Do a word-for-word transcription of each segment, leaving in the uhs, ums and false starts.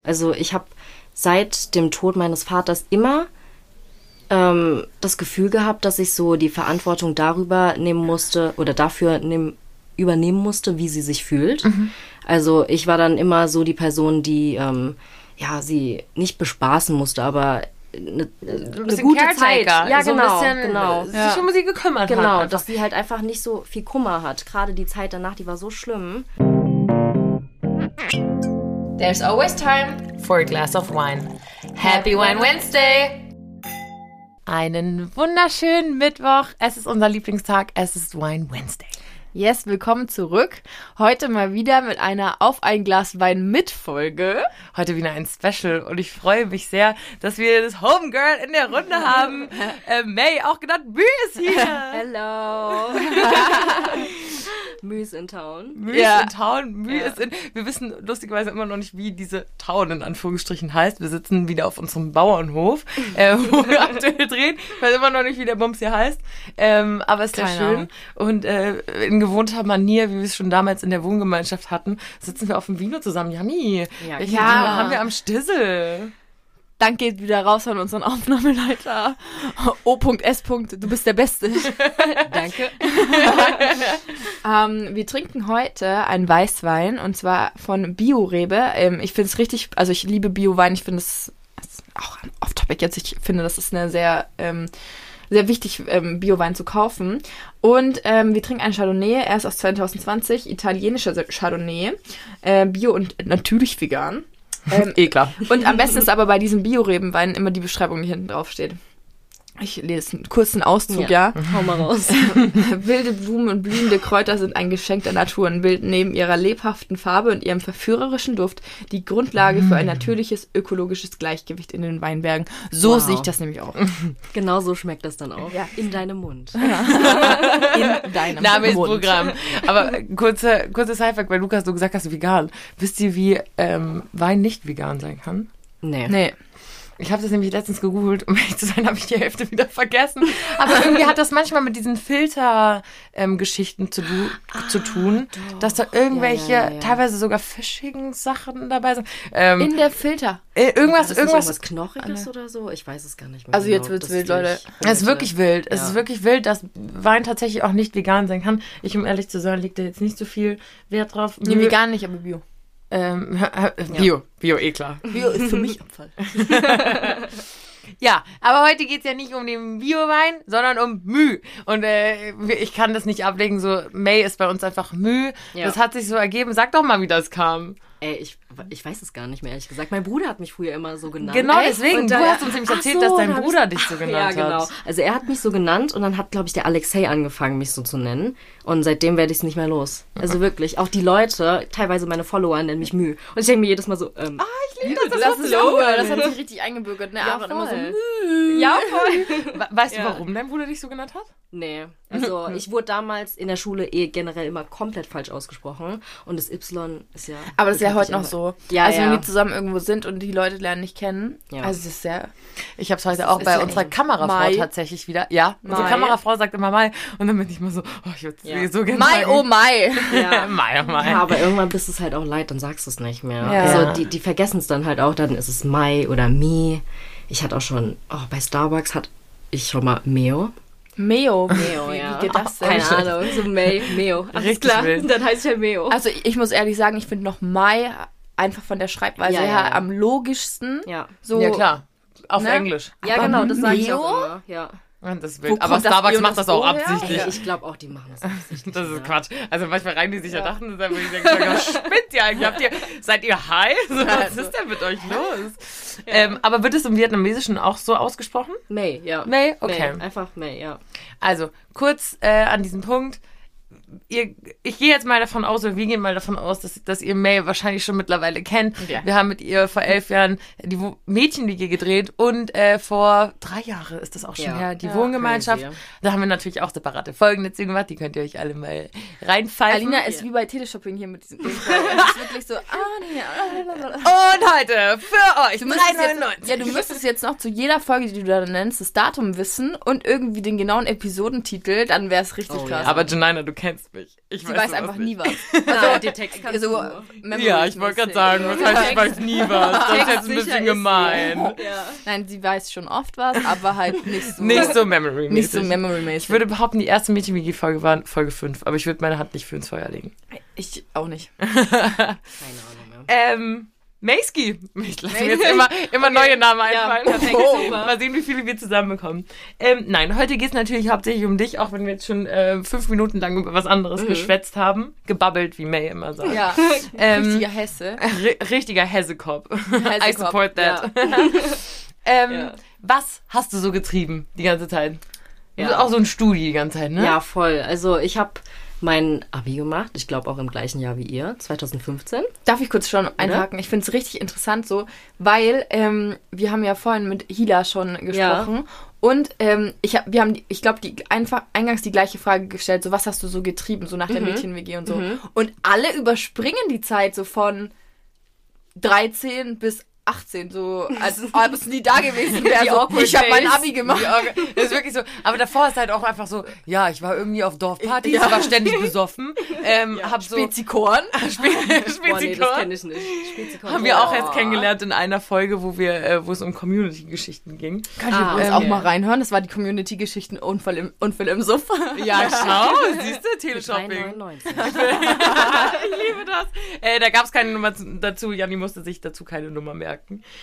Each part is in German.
Also ich habe seit dem Tod meines Vaters immer ähm, das Gefühl gehabt, dass ich so die Verantwortung darüber nehmen musste oder dafür nehm, übernehmen musste, wie sie sich fühlt. Mhm. Also ich war dann immer so die Person, die ähm, ja sie nicht bespaßen musste, aber eine, eine gute Zeit. Ja, so genau, ein bisschen, genau. sich ja. um sie gekümmert genau, hat. Genau, dass sie halt einfach nicht so viel Kummer hat. Gerade die Zeit danach, die war so schlimm. There's always time for a glass of wine. Happy Wine Wednesday! Einen wunderschönen Mittwoch. Es ist unser Lieblingstag. Es ist Wine Wednesday. Yes, willkommen zurück. Heute mal wieder mit einer Auf ein Glas Wein mit Folge. Heute wieder ein Special und ich freue mich sehr, dass wir das Homegirl in der Runde haben. äh, May, auch genannt Mü, ist hier. Hello. Mü ist in Town. Mü ja. ist in Town. Mü ja. ist in... Wir wissen lustigerweise immer noch nicht, wie diese Town in Anführungsstrichen heißt. Wir sitzen wieder auf unserem Bauernhof, äh, wo wir aktuell drehen. Ich weiß immer noch nicht, wie der Bums hier heißt. Ähm, aber es ist sehr schön. Und äh, in gewohnter Manier, wie wir es schon damals in der Wohngemeinschaft hatten, sitzen wir auf dem Vino zusammen. Yummy. Ja, Welche ja. Vino haben wir am Stissel? Dank geht wieder raus an unseren Aufnahmeleiter. O S. Du bist der Beste. Danke. ähm, wir trinken heute einen Weißwein und zwar von Bio-Rebe. Ähm, ich finde es richtig, also ich liebe Bio-Wein. Ich finde es auch off-topic jetzt. Ich finde, das ist eine sehr... Ähm, sehr wichtig, ähm, Bio-Wein zu kaufen. Und ähm, wir trinken einen Chardonnay, er ist aus zwanzig zwanzig, italienischer Chardonnay, äh, Bio und natürlich vegan. Ähm, eh klar. Und am besten ist aber bei diesen Bio-Rebenweinen immer die Beschreibung, die hinten drauf steht. Ich lese einen kurzen Auszug, ja. ja. Hau mal raus. Wilde Blumen und blühende Kräuter sind ein Geschenk der Natur und bilden neben ihrer lebhaften Farbe und ihrem verführerischen Duft die Grundlage mm. für ein natürliches, ökologisches Gleichgewicht in den Weinbergen. So wow. sehe ich das nämlich auch. Genau so schmeckt das dann auch. Ja. In deinem Mund. Ja. In deinem Name ist Mund. Programm. Aber kurze, kurze Sidefact, weil Lukas, du gesagt hast, vegan. Wisst ihr, wie ähm, Wein nicht vegan sein kann? Nee. Nee. Ich habe das nämlich letztens gegoogelt, um ehrlich zu sein, habe ich die Hälfte wieder vergessen. Aber irgendwie hat das manchmal mit diesen Filter-Geschichten ähm, zu, ah, zu tun, doch. Dass da irgendwelche, ja, ja, ja. teilweise sogar fischigen Sachen dabei sind. Ähm, In der Filter. Äh, irgendwas, ist irgendwas. irgendwas Knochiges oder so? Ich weiß es gar nicht mehr. Also genau. jetzt wird's das wild, Leute. Es ist wirklich wild. Es ja. ist wirklich wild, dass Wein tatsächlich auch nicht vegan sein kann. Ich, um ehrlich zu sein, legt da jetzt nicht so viel Wert drauf. Nee, vegan nicht, aber Bio. Ähm, Bio, ja. Bio, eh klar. Bio ist für mich Abfall. Ja, aber heute geht's ja nicht um den Bio-Wein, sondern um Mü. Und äh, ich kann das nicht ablegen, so May ist bei uns einfach Mü. Ja. Das hat sich so ergeben. Sag doch mal, wie das kam. Ey, ich, ich weiß es gar nicht mehr, ehrlich gesagt. Mein Bruder hat mich früher immer so genannt. Genau, deswegen. Und du dann, hast uns nämlich erzählt, so, dass dein Bruder dich so genannt hat. Ja, genau. Also er hat mich so genannt und dann hat, glaube ich, der Alexei angefangen, mich so zu nennen. Und seitdem werde ich es nicht mehr los. Also wirklich. Auch die Leute, teilweise meine Follower, nennen mich Mü. Und ich denke mir jedes Mal so, ähm... Ah, ich liebe das, das, das ist cool. Das hat sich richtig eingebürgert. Ne? Ja, Aaron immer so, Mü. Ja, voll. Weißt ja. du, warum dein Bruder dich so genannt hat? Nee. Also ich wurde damals in der Schule eh generell immer komplett falsch ausgesprochen. Und das Y ist ja... Aber das ist ja heute noch so. Ja, also ja. wenn wir zusammen irgendwo sind und die Leute lernen nicht kennen. Ja. Also das ist sehr... Ich habe es heute auch bei ja unserer Kamerafrau Mai. tatsächlich wieder. Ja, Mai. unsere Kamerafrau sagt immer Mai. Und dann bin ich mal so, oh, ich würde Ja. so gerne Mai, sagen. oh Mai. Ja. Mai, oh Mai. Ja, aber irgendwann bist du es halt auch leid, dann sagst du es nicht mehr. Ja. Also die, die vergessen es dann halt auch, dann ist es Mai oder Mi. Ich hatte auch schon, oh, bei Starbucks hatte ich schon mal Meo. Meo. Meo, wie, ja. Wie geht das denn? Keine Ahnung, so May, Meo. Alles Richtig klar, wild. dann heißt ich halt Meo. Also ich muss ehrlich sagen, ich finde noch Mai einfach von der Schreibweise Ja, ja, her ja. am logischsten. Ja. So, Ja, klar. Auf Ne? Englisch. Ja, Aber genau, das sage ich Meo? auch immer. Ja. Ja, das ist Wo wild. kommt Aber das Starbucks I und macht das das auch O her? absichtlich. Ey, ich glaube auch, die machen das absichtlich. Das ist ja. Quatsch. Also manchmal reimen die sich ja, ja. Sachen, dann würde ich denken, was spinnt ihr eigentlich? Habt ihr, seid ihr high? So, was Also. ist denn mit euch los? Ja. Ähm, aber wird es im Vietnamesischen auch so ausgesprochen? May, ja. May? Okay. May, einfach May, ja. Also, kurz äh, an diesem Punkt. Ihr, ich gehe jetzt mal davon aus, oder wir gehen mal davon aus, dass, dass ihr May wahrscheinlich schon mittlerweile kennt. Ja. Wir haben mit ihr vor elf Jahren die Wo- Mädchenwiege gedreht und äh, vor drei Jahren ist das auch schon Ja. her, die Ja, Wohngemeinschaft. crazy. Da haben wir natürlich auch separate Folgen dazu gemacht, die könnt ihr euch alle mal reinpfeifen. Alina ist wie bei Teleshopping hier mit diesem Intro. Es ist wirklich so, ah, nee, Und heute für euch Du müsstest drei neunundneunzig. jetzt, ja, du müsstest jetzt noch zu jeder Folge, die du da nennst, das Datum wissen und irgendwie den genauen Episodentitel, dann wäre es richtig Oh, krass. ja. Aber Janina, du kennst kennst mich. Ich Sie weiß, weiß sowas einfach nicht. nie was. Also, den Text kannst so, du. Memory Ja, ich wollte gerade sagen, was heißt, ich weiß nie was. Das ist jetzt ein bisschen gemein. Ja. Nein, sie weiß schon oft was, aber halt nicht so. Nicht so memory-mäßig. Nicht so memory-mäßig. Ich würde behaupten, die erste Mädchen-W G-Folge war Folge fünf, aber ich würde meine Hand nicht für ins Feuer legen. Ich auch nicht. Keine Ahnung mehr. Ähm, Mayski. Ich lasse mir jetzt immer, immer okay. neue Namen einfallen. Ja, perfekt, oh, super. mal sehen, wie viele wir zusammenbekommen. Ähm, nein, heute geht es natürlich hauptsächlich um dich, auch wenn wir jetzt schon äh, fünf Minuten lang über was anderes mhm. geschwätzt haben. Gebabbelt, wie May immer sagt. Ja, ähm, richtiger Hesse. R- richtiger Hessekopf. Hessekopf. I support that. Ja. ähm, ja. Was hast du so getrieben die ganze Zeit? Du bist Ja. auch so ein Studi die ganze Zeit, ne? Ja, voll. Also ich habe mein Abi gemacht, ich glaube auch im gleichen Jahr wie ihr, zwanzig fünfzehn. Darf ich kurz schon einhaken? Ich finde es richtig interessant so, weil ähm, wir haben ja vorhin mit Hila schon gesprochen ja. und ähm, ich hab, wir haben, ich glaube, die einfach eingangs die gleiche Frage gestellt, so was hast du so getrieben, so nach der mhm. Mädchen-W G und so. Mhm. Und alle überspringen die Zeit so von dreizehn bis achtzehn, so, als ob es nie da gewesen wäre. So, ich habe mein Abi gemacht. Das ist wirklich so. Aber davor ist halt auch einfach so, ja, ich war irgendwie auf Dorfpartys, ja. war ständig besoffen. Ähm, ja. hab so Spezikorn. Spezikorn. Boah, nee, das kenn ich nicht. Spezikorn. Haben wir auch jetzt kennengelernt in einer Folge, wo wir, äh, wo es um Community-Geschichten ging. Kann ich ah, übrigens ähm, auch mal reinhören? Das war die Community-Geschichten Unfall im, Unfall im Suff. Ja, schau, siehst du, Teleshopping. Ich liebe das. Äh, da gab es keine Nummer dazu. Janni musste sich dazu keine Nummer merken.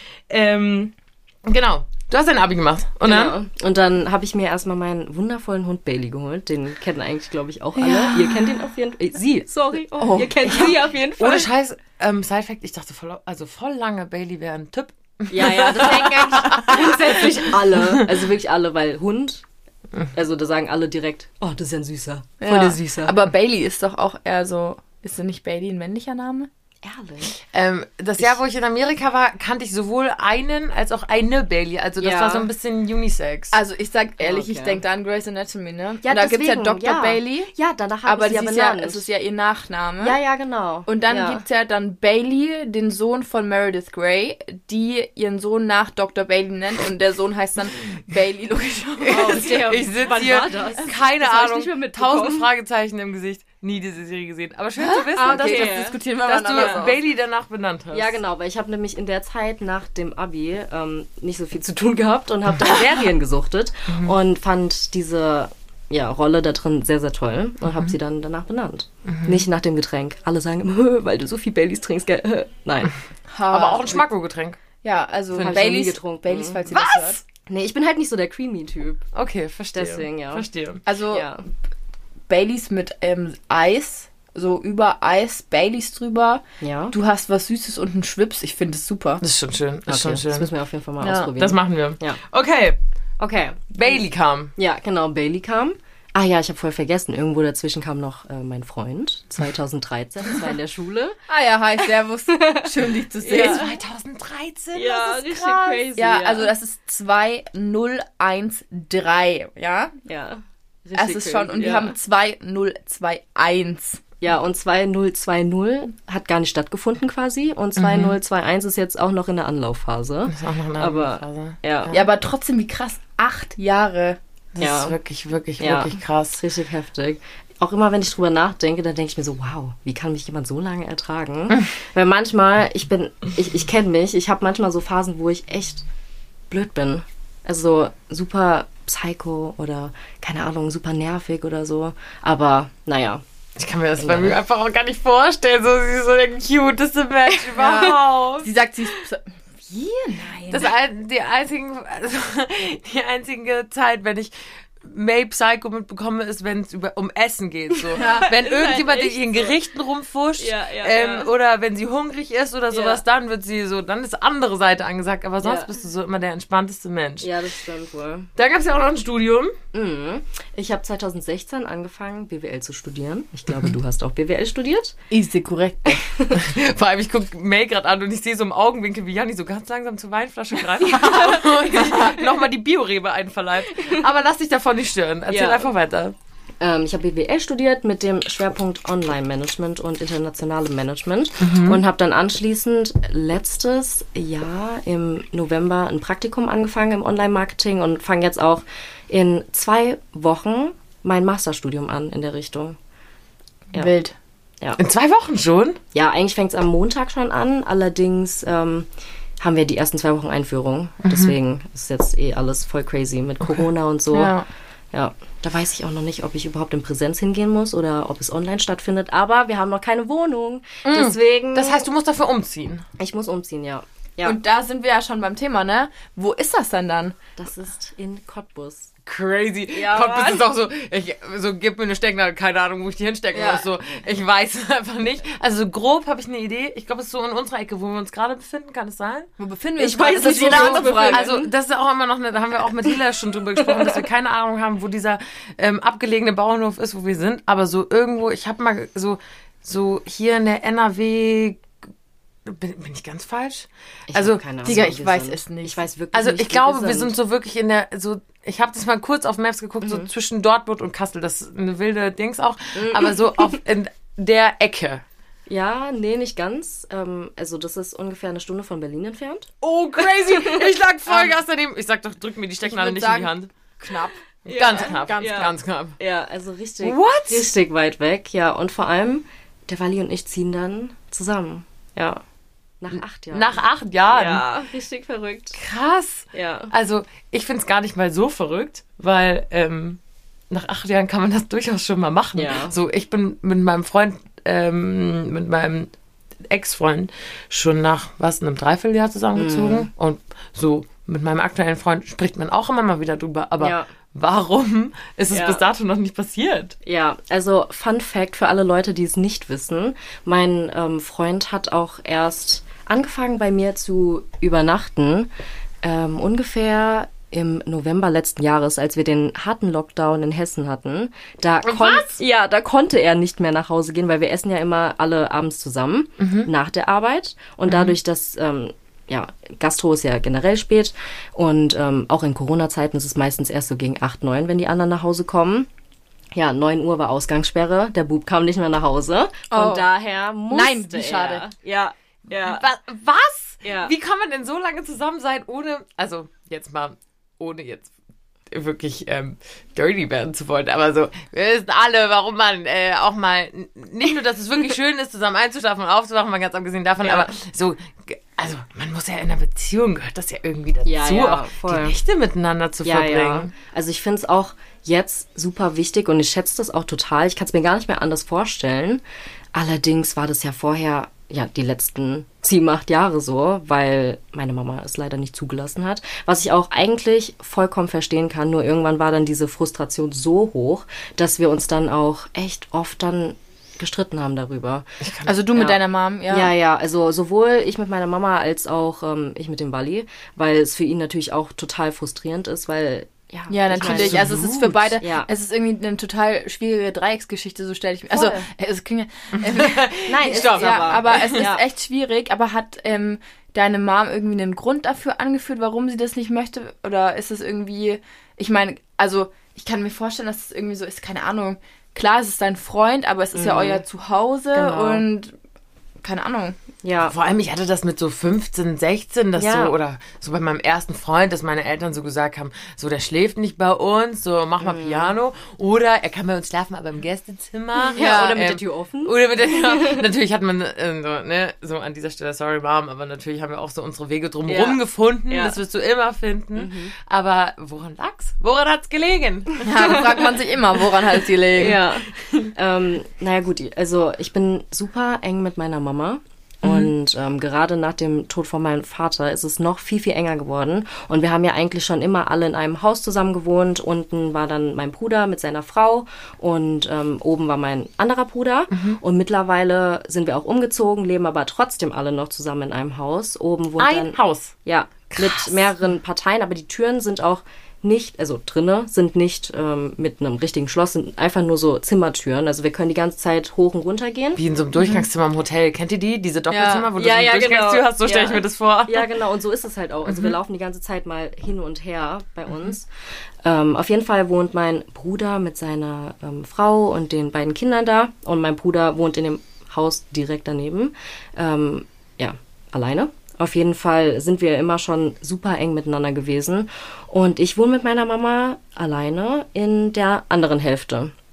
Ähm, genau. Du hast dein Abi gemacht. Und genau. dann? Und dann habe ich mir erstmal meinen wundervollen Hund Bailey geholt. Den kennen eigentlich, glaube ich, auch alle. Ja. Ihr kennt ihn auf jeden Fall. Äh, sie, sorry. Oh, oh. Ihr kennt sie auf jeden Fall. Ohne Scheiß, ähm, Sidefact, ich dachte voll, also voll lange, Bailey wäre ein Typ. Ja, ja, das denken eigentlich grundsätzlich alle. Also wirklich alle, weil Hund, also da sagen alle direkt, oh, das ist ja ein Süßer. Ja. Voll der Süßer. Aber Bailey ist doch auch eher so, ist denn nicht Bailey ein männlicher Name? Ehrlich? Ähm, das Jahr, wo ich in Amerika war, kannte ich sowohl einen als auch eine Bailey. Also das ja. war so ein bisschen Unisex. Also ich sag ehrlich, okay. ich denke da an Grey's Anatomy, ne? Ja, und da deswegen, gibt's ja Doktor ja. Bailey. Ja, danach habe aber ich sie sie ja ja, benannt. es ist ja ihr Nachname. Ja, ja, genau. Und dann ja. gibt's ja dann Bailey, den Sohn von Meredith Grey, die ihren Sohn nach Doktor Bailey nennt und der Sohn heißt dann Bailey logischerweise. Oh, ich sitze hier, keine das Ahnung, tausend Fragezeichen im Gesicht. Nie diese Serie gesehen. Aber schön zu wissen, ah, dass, okay. das, das diskutieren wir dass mal du Bailey danach benannt hast. Ja, genau, weil ich habe nämlich in der Zeit nach dem Abi ähm, nicht so viel zu tun gehabt und habe dann Serien gesuchtet mhm. und fand diese ja, Rolle da drin sehr, sehr toll und mhm. habe sie dann danach benannt. Mhm. Nicht nach dem Getränk. Alle sagen immer, weil du so viel Baileys trinkst, gell? Nein. Aber auch ein Schmacko-Getränk. Ja, also Baileys getrunken. Baileys, falls ihr Was? das hört. Nee, ich bin halt nicht so der Creamy-Typ. Okay, verstehe. Deswegen, ja. Verstehe. Also ja. Baileys mit ähm, Eis, so über Eis, Baileys drüber. Ja. Du hast was Süßes und einen Schwips. Ich finde es super. Das ist schon schön. Das, okay. ist schon schön. Das müssen wir auf jeden Fall mal ja. ausprobieren. Das machen wir. Ja. Okay. Okay. Bailey kam. Ja, genau. Bailey kam. Ah ja, ich habe voll vergessen. Irgendwo dazwischen kam noch äh, mein Freund. zwanzig dreizehn. Das war in der Schule. Ah ja, hi, servus. Schön, dich zu sehen. Ja. zwanzig dreizehn? Ja, das ist richtig krass. crazy. Ja, ja, also das ist zwei null eins drei, ja? Ja. Das ist schon, und wir ja. haben zwei null zwei eins. Ja, und zwei null zwei null hat gar nicht stattgefunden quasi. Und zwei null zwei eins ist jetzt auch noch in der Anlaufphase. Das ist auch noch eine aber, Phase. Ja. Ja, aber trotzdem, wie krass. Acht Jahre. Das Ja. ist wirklich, wirklich, Ja. wirklich krass. Richtig heftig. Auch immer, wenn ich drüber nachdenke, dann denke ich mir so, wow, wie kann mich jemand so lange ertragen? Weil manchmal, ich bin, ich, ich kenne mich, ich habe manchmal so Phasen, wo ich echt blöd bin. Also so super psycho oder, keine Ahnung, super nervig oder so. Aber, naja. Ich kann mir das bei mir einfach auch gar nicht vorstellen. So, sie ist so der cuteste Mensch überhaupt. Sie sagt, sie ist... Wie? Nein. Das ein, die, einzigen, also, die einzige Zeit, wenn ich May Psycho mitbekomme, ist, wenn es um Essen geht. So. Ja, wenn irgendjemand halt in ihren Gerichten rumfuscht Ja, ja, ähm, ja. oder wenn sie hungrig ist oder sowas, Ja. dann wird sie so, dann ist andere Seite angesagt. Aber sonst Ja. bist du so immer der entspannteste Mensch. Ja, das stimmt wohl. Da gab es ja auch noch ein Studium. Mhm. Ich habe zwanzig sechzehn angefangen, B W L zu studieren. Ich glaube, du hast auch B W L studiert. Easy, korrekt. Vor allem, ich gucke May gerade an und ich sehe so im Augenwinkel, wie Janni so ganz langsam zur Weinflasche greift und sich nochmal die Biorebe einverleibt. Aber lass dich davon nicht stören. Erzähl Ja. einfach weiter. Ähm, ich habe B W L studiert mit dem Schwerpunkt Online-Management und internationalem Management und habe dann anschließend letztes Jahr im November ein Praktikum angefangen im Online-Marketing und fange jetzt auch in zwei Wochen mein Masterstudium an in der Richtung. Ja. Wild. Ja. In zwei Wochen schon? Ja, eigentlich fängt es am Montag schon an. Allerdings ähm, haben wir die ersten zwei Wochen Einführung. Mhm. Deswegen ist jetzt eh alles voll crazy mit Corona okay. und so. Ja. Ja, da weiß ich auch noch nicht, ob ich überhaupt in Präsenz hingehen muss oder ob es online stattfindet. Aber wir haben noch keine Wohnung. Mhm. Deswegen. Das heißt, du musst dafür umziehen? Ich muss umziehen, ja. ja. Und da sind wir ja schon beim Thema, ne? Wo ist das denn dann? Das ist in Cottbus. Crazy. Ja, Cottbus ist auch so, ich, so, gib mir eine Stecknadel, keine Ahnung, wo ich die hinstecken ja. muss. So, ich weiß einfach nicht. Also so grob habe ich eine Idee. Ich glaube, es ist so in unserer Ecke, wo wir uns gerade befinden. Kann es sein? Wo befinden wir uns? Ich weiß, das ist jede andere Frage. Also das ist auch immer noch eine, da haben wir auch mit Hila schon drüber gesprochen, dass wir keine Ahnung haben, wo dieser ähm, abgelegene Bauernhof ist, wo wir sind. Aber so irgendwo, ich habe mal so, so hier in der N R W... Bin, bin ich ganz falsch? Ich also, keine Ahnung, Digga, ich weiß sind. es nicht. Ich weiß wirklich also nicht. ich glaube, wir sind. wir sind so wirklich in der, so, ich habe das mal kurz auf Maps geguckt, mhm. so zwischen Dortmund und Kassel. Das ist eine wilde Dings auch, mhm. aber so auf in der Ecke. Ja, nee, nicht ganz. Ähm, also das ist ungefähr eine Stunde von Berlin entfernt. Oh, crazy! Ich lag Vollgas daneben. Ich sag doch, drück mir die Stecknadel nicht sagen, in die Hand. Knapp. Ja, ganz knapp. Ganz, ja. knapp. ganz knapp. Ja, also richtig, What? richtig weit weg. Ja, und vor allem, der Wally und ich ziehen dann zusammen. Ja. Nach acht Jahren. Nach acht Jahren? Ja, richtig verrückt. Krass. Ja. Also, ich find's gar nicht mal so verrückt, weil ähm, nach acht Jahren kann man das durchaus schon mal machen. Ja. So, ich bin mit meinem Freund, ähm, mit meinem Ex-Freund schon nach, was, einem Dreivierteljahr zusammengezogen. Mhm. Und so mit meinem aktuellen Freund spricht man auch immer mal wieder drüber. Aber ja. warum ist es ja. bis dato noch nicht passiert? Ja, also Fun Fact für alle Leute, die es nicht wissen. Mein ähm, Freund hat auch erst angefangen bei mir zu übernachten, ähm, ungefähr im November letzten Jahres, als wir den harten Lockdown in Hessen hatten. Da kon- ja, da konnte er nicht mehr nach Hause gehen, weil wir essen ja immer alle abends zusammen mhm. nach der Arbeit. Und mhm. dadurch, dass ähm, ja, Gastro ist ja generell spät und ähm, auch in Corona-Zeiten ist es meistens erst so gegen acht, neun, wenn die anderen nach Hause kommen. Ja, neun Uhr war Ausgangssperre, der Bub kam nicht mehr nach Hause. Von oh. daher musste Nein, wie schade. er. Ja, ja. Was? Ja. Wie kann man denn so lange zusammen sein, ohne, also jetzt mal, ohne jetzt wirklich ähm, dirty werden zu wollen, aber so, wir wissen alle, warum man äh, auch mal, nicht nur, dass es wirklich schön ist, zusammen einzuschlafen und aufzuwachen, mal ganz abgesehen davon, ja. aber so, also man muss ja in einer Beziehung, gehört das ja irgendwie dazu, ja, ja, auch voll. die Nächte miteinander zu ja, verbringen. Ja. Also ich finde es auch jetzt super wichtig und ich schätze das auch total. Ich kann es mir gar nicht mehr anders vorstellen. Allerdings war das ja vorher, ja, die letzten sieben, acht Jahre so, weil meine Mama es leider nicht zugelassen hat. Was ich auch eigentlich vollkommen verstehen kann, nur irgendwann war dann diese Frustration so hoch, dass wir uns dann auch echt oft dann gestritten haben darüber. Also du mit ja. deiner Mom, ja? Ja, ja, also sowohl ich mit meiner Mama als auch ähm, ich mit dem Wally, weil es für ihn natürlich auch total frustrierend ist, weil Ja, ja, natürlich. Meine, also es ist für beide, ja. es ist irgendwie eine total schwierige Dreiecksgeschichte, so stelle ich mir. Also es klingt äh, Nein, es, stopp, ja, aber, aber es ist ja. echt schwierig. Aber hat ähm, deine Mom irgendwie einen Grund dafür angeführt, warum sie das nicht möchte? Oder ist es irgendwie, ich meine, also ich kann mir vorstellen, dass es irgendwie so ist, keine Ahnung. Klar, es ist dein Freund, aber es ist mhm. ja euer Zuhause genau. und keine Ahnung. Ja. Vor allem, ich hatte das mit so fünfzehn, sechzehn, das ja. so, oder so bei meinem ersten Freund, dass meine Eltern so gesagt haben, so, der schläft nicht bei uns, so, mach mal Piano. Oder er kann bei uns schlafen, aber im Gästezimmer. Ja, oder mit ähm, der Tür offen. Oder mit der Tür Natürlich hat man, äh, so, ne, so an dieser Stelle, sorry Mom, aber natürlich haben wir auch so unsere Wege drumherum ja. gefunden. Ja. Das wirst du immer finden. Mhm. Aber woran lag's? Woran hat's gelegen? Ja, da fragt man sich immer, woran hat's gelegen? Ja. ähm, naja, gut, also ich bin super eng mit meiner Mama. Und ähm, gerade nach dem Tod von meinem Vater ist es noch viel, viel enger geworden. Und wir haben ja eigentlich schon immer alle in einem Haus zusammen gewohnt. Unten war dann mein Bruder mit seiner Frau und ähm, oben war mein anderer Bruder. Mhm. Und mittlerweile sind wir auch umgezogen, leben aber trotzdem alle noch zusammen in einem Haus. Oben wohnt Ein dann, Haus? Ja, Krass. Mit mehreren Parteien. Aber die Türen sind auch nicht, also drinne, sind nicht ähm, mit einem richtigen Schloss, sind einfach nur so Zimmertüren. Also wir können die ganze Zeit hoch und runter gehen. Wie in so einem Durchgangszimmer mhm. im Hotel. Kennt ihr die? Diese Doppelzimmer, ja. wo du ja, so eine ja, Durchgangstür genau. hast? So ja. stelle ich mir das vor. Ja, genau. Und so ist es halt auch. Also mhm. wir laufen die ganze Zeit mal hin und her bei uns. Mhm. Ähm, auf jeden Fall wohnt mein Bruder mit seiner ähm, Frau und den beiden Kindern da. Und mein Bruder wohnt in dem Haus direkt daneben. Ähm, ja, alleine. Auf jeden Fall sind wir immer schon super eng miteinander gewesen. Und ich wohne mit meiner Mama alleine in der anderen Hälfte.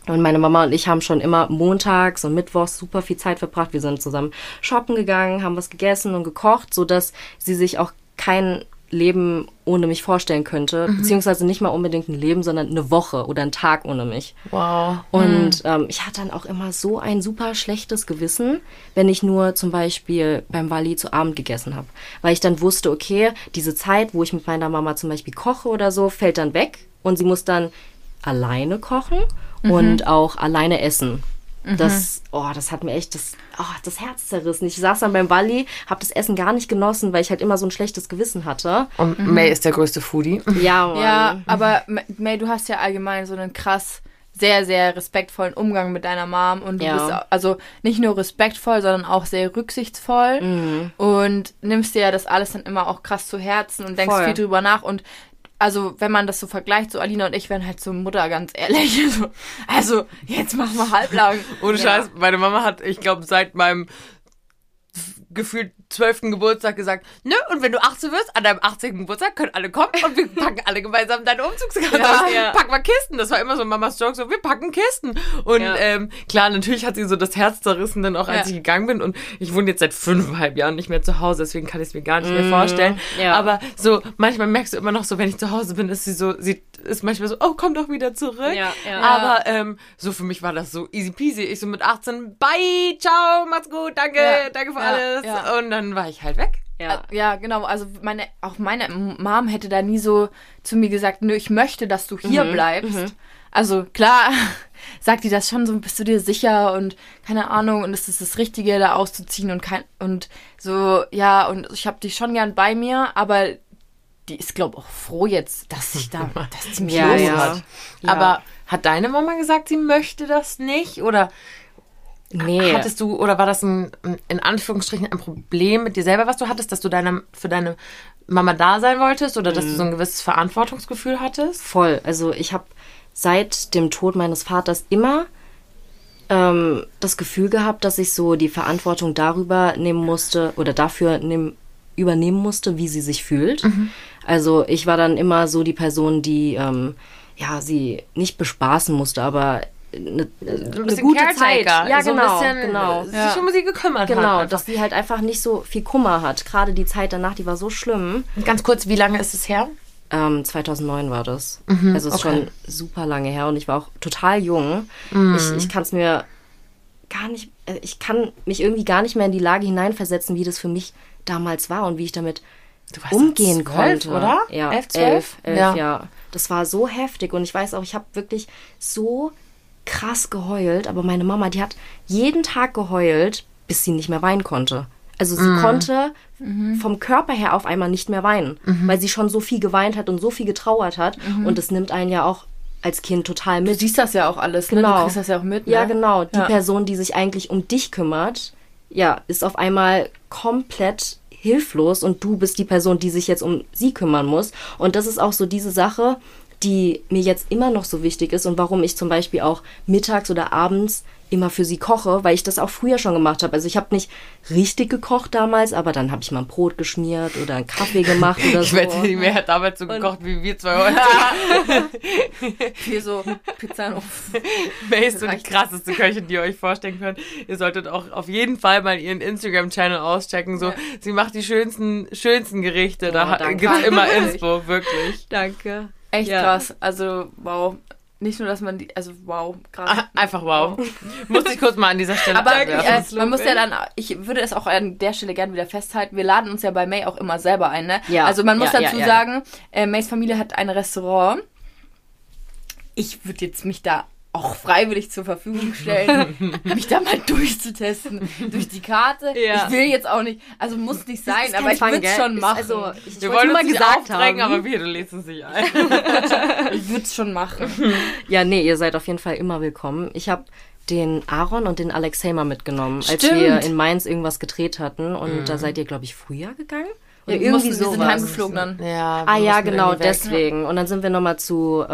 Und meine Mama und ich haben schon immer montags und mittwochs super viel Zeit verbracht. Wir sind zusammen shoppen gegangen, haben was gegessen und gekocht, sodass sie sich auch kein Leben ohne mich vorstellen könnte. Mhm. Beziehungsweise nicht mal unbedingt ein Leben, sondern eine Woche oder einen Tag ohne mich. Wow. Und mhm. ähm, ich hatte dann auch immer so ein super schlechtes Gewissen, wenn ich nur zum Beispiel beim Wally zu Abend gegessen habe. Weil ich dann wusste, okay, diese Zeit, wo ich mit meiner Mama zum Beispiel koche oder so, fällt dann weg. Und sie muss dann alleine kochen. Mhm. Und auch alleine essen. Mhm. Das, oh, das hat mir echt das, oh, das Herz zerrissen. Ich saß dann beim Wally, habe das Essen gar nicht genossen, weil ich halt immer so ein schlechtes Gewissen hatte. Und mhm. May ist der größte Foodie. Ja, Mann. Ja, aber May, du hast ja allgemein so einen krass, sehr, sehr respektvollen Umgang mit deiner Mom. Und du ja. bist also nicht nur respektvoll, sondern auch sehr rücksichtsvoll. Mhm. Und nimmst dir ja das alles dann immer auch krass zu Herzen und denkst Voll. viel drüber nach. Und also, wenn man das so vergleicht, so Alina und ich wären halt so Mutter, ganz ehrlich. Also, also jetzt machen wir halblang. Ohne Scheiß, ja. Meine Mama hat, ich glaube, seit meinem gefühlt zwölften Geburtstag gesagt, ne, und wenn du achtzehn wirst, an deinem achtzehnten Geburtstag können alle kommen und wir packen alle gemeinsam deine Umzugskarte. Ja, ja. Packen wir Kisten. Das war immer so Mamas Joke, so, wir packen Kisten. Und ja. ähm, klar, natürlich hat sie so das Herz zerrissen, dann auch als ja. ich gegangen bin. Und ich wohne jetzt seit fünfeinhalb Jahren nicht mehr zu Hause, deswegen kann ich es mir gar nicht mehr vorstellen. Ja. Aber so, manchmal merkst du immer noch so, wenn ich zu Hause bin, ist sie so, sie ist manchmal so, oh, komm doch wieder zurück. Ja, ja. Aber ähm, so für mich war das so easy peasy. Ich so mit achtzehn, bye, ciao, macht's gut, danke, ja. danke für ja. alles. Ja. Und dann war ich halt weg. Ja, ja, genau. Also meine, auch meine Mom hätte da nie so zu mir gesagt, nö, ich möchte, dass du hier mhm. bleibst. Mhm. Also klar, sagt die das schon so, bist du dir sicher und keine Ahnung und ist es das Richtige, da auszuziehen und kein und so, ja, und ich habe dich schon gern bei mir, aber die ist, glaube ich, auch froh jetzt, dass sich da, dass sie mich ja, los ja. hat. Ja. Aber hat deine Mama gesagt, sie möchte das nicht? Oder nee. hattest du, oder war das ein, in Anführungsstrichen, ein Problem mit dir selber, was du hattest, dass du deine, für deine Mama da sein wolltest oder mhm. dass du so ein gewisses Verantwortungsgefühl hattest? Voll. Also ich habe seit dem Tod meines Vaters immer ähm, das Gefühl gehabt, dass ich so die Verantwortung darüber nehmen musste oder dafür nehmen, übernehmen musste, wie sie sich fühlt. Mhm. Also ich war dann immer so die Person, die ähm, ja sie nicht bespaßen musste, aber eine, so eine gute Zeit. Ja, so genau, ein bisschen genau. sich ja. um sie gekümmert genau, hat. Genau, dass sie halt einfach nicht so viel Kummer hat. Gerade die Zeit danach, die war so schlimm. Ganz kurz, wie lange ist es her? Ähm, zweitausendneun war das. Mhm, also es ist okay. schon super lange her und ich war auch total jung. Mhm. Ich, ich kann es mir gar nicht, ich kann mich irgendwie gar nicht mehr in die Lage hineinversetzen, wie das für mich damals war und wie ich damit umgehen zwölf, konnte. Oder? Ja, elf, zwölf? elf, ja. ja. Das war so heftig und ich weiß auch, ich habe wirklich so krass geheult, aber meine Mama, die hat jeden Tag geheult, bis sie nicht mehr weinen konnte. Also sie mhm. konnte mhm. vom Körper her auf einmal nicht mehr weinen, mhm. weil sie schon so viel geweint hat und so viel getrauert hat mhm. und das nimmt einen ja auch als Kind total mit. Du siehst das ja auch alles, genau. ne? Du kriegst das ja auch mit, ne? Ja, genau. Die ja. Person, die sich eigentlich um dich kümmert, ja, ist auf einmal komplett hilflos und du bist die Person, die sich jetzt um sie kümmern muss. Und das ist auch so diese Sache, die mir jetzt immer noch so wichtig ist und warum ich zum Beispiel auch mittags oder abends immer für sie koche, weil ich das auch früher schon gemacht habe. Also ich habe nicht richtig gekocht damals, aber dann habe ich mal ein Brot geschmiert oder einen Kaffee gemacht oder ich so. Ich wette, die mehr hat damals so und gekocht wie wir zwei heute. Hier so Pizza auf. May ist so die krasseste Köchin, die ihr euch vorstellen könnt. Ihr solltet auch auf jeden Fall mal ihren Instagram-Channel auschecken. So, ja. Sie macht die schönsten, schönsten Gerichte. Oh, da gibt es immer Inspo, wirklich. Danke. Echt ja. krass. Also, wow. Nicht nur, dass man die, also wow, krass. Einfach wow. wow. Muss ich kurz mal an dieser Stelle Aber äh, man muss ja dann, ich würde es auch an der Stelle gerne wieder festhalten, wir laden uns ja bei May auch immer selber ein, ne? Ja. Also man muss ja, dazu ja, ja, sagen, äh, Mays Familie hat ein Restaurant. Ich würde jetzt mich da auch freiwillig zur Verfügung stellen, mich da mal durchzutesten durch die Karte. Ja. Ich will jetzt auch nicht, also muss nicht sein, aber ich würde es schon machen. Also, ich wir wollen mal gesagt haben, aber wir, du lädst uns nicht ein. Ich würde es schon machen. Ja, nee, ihr seid auf jeden Fall immer willkommen. Ich habe den Aaron und den Alexei mal mitgenommen, Stimmt. als wir in Mainz irgendwas gedreht hatten und mhm. da seid ihr, glaube ich, früher gegangen? Ja, irgendwie so. Wir sind heimgeflogen dann. Ja, ah ja, genau, deswegen. Und dann sind wir nochmal zu ähm,